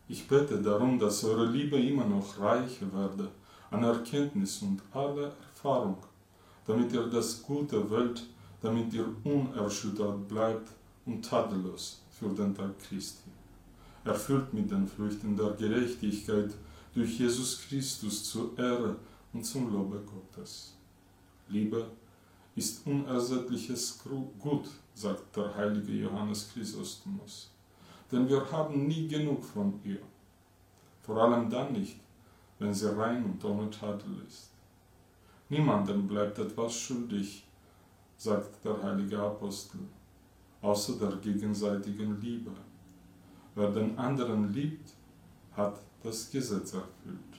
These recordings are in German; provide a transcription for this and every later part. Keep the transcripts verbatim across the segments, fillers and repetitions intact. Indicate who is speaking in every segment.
Speaker 1: Ich bete darum, dass eure Liebe immer noch reicher werde an Erkenntnis und aller Erfahrung, damit ihr das Gute wählt, damit ihr unerschüttert bleibt und tadellos für den Tag Christi, erfüllt mit den Früchten der Gerechtigkeit durch Jesus Christus zur Ehre und zum Lobe Gottes. Liebe ist unersättliches Gut, sagt der heilige Johannes Chrysostomos, denn wir haben nie genug von ihr, vor allem dann nicht, wenn sie rein und ohne Tadel ist. Niemandem bleibt etwas schuldig, sagt der heilige Apostel, außer der gegenseitigen Liebe. Wer den anderen liebt, hat das Gesetz erfüllt.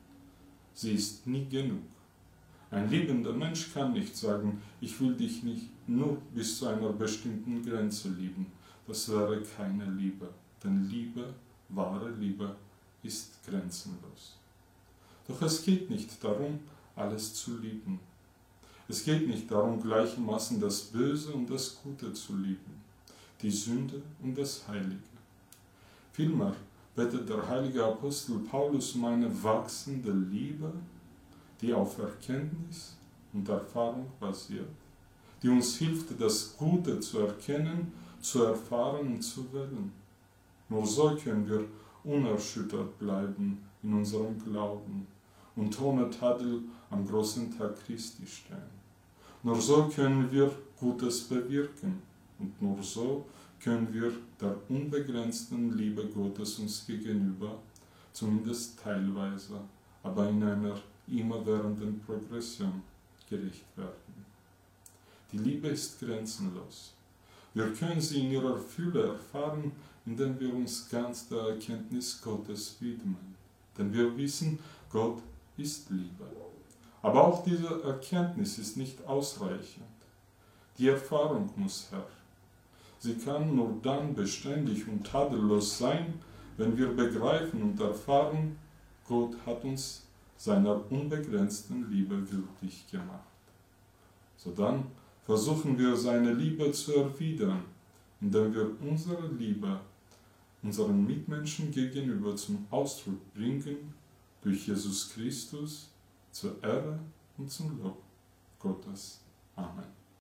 Speaker 1: Sie ist nie genug. Ein liebender Mensch kann nicht sagen, ich will dich nicht nur bis zu einer bestimmten Grenze lieben. Das wäre keine Liebe, denn Liebe, wahre Liebe, ist grenzenlos. Doch es geht nicht darum, alles zu lieben. Es geht nicht darum, gleichermaßen das Böse und das Gute zu lieben, die Sünde und das Heilige. Vielmehr betet der heilige Apostel Paulus um eine wachsende Liebe, die auf Erkenntnis und Erfahrung basiert, die uns hilft, das Gute zu erkennen, zu erfahren und zu wählen. Nur so können wir unerschüttert bleiben in unserem Glauben und ohne Tadel am großen Tag Christi stehen. Nur so können wir Gutes bewirken und nur so können wir der unbegrenzten Liebe Gottes uns gegenüber, zumindest teilweise, aber in einer immerwährenden Progression gerecht werden. Die Liebe ist grenzenlos. Wir können sie in ihrer Fülle erfahren, indem wir uns ganz der Erkenntnis Gottes widmen. Denn wir wissen, Gott ist Liebe. Aber auch diese Erkenntnis ist nicht ausreichend. Die Erfahrung muss her. Sie kann nur dann beständig und tadellos sein, wenn wir begreifen und erfahren, Gott hat uns seiner unbegrenzten Liebe würdig gemacht. Sodann versuchen wir seine Liebe zu erwidern, indem wir unsere Liebe unseren Mitmenschen gegenüber zum Ausdruck bringen, durch Jesus Christus, zur Ehre und zum Lob Gottes. Amen.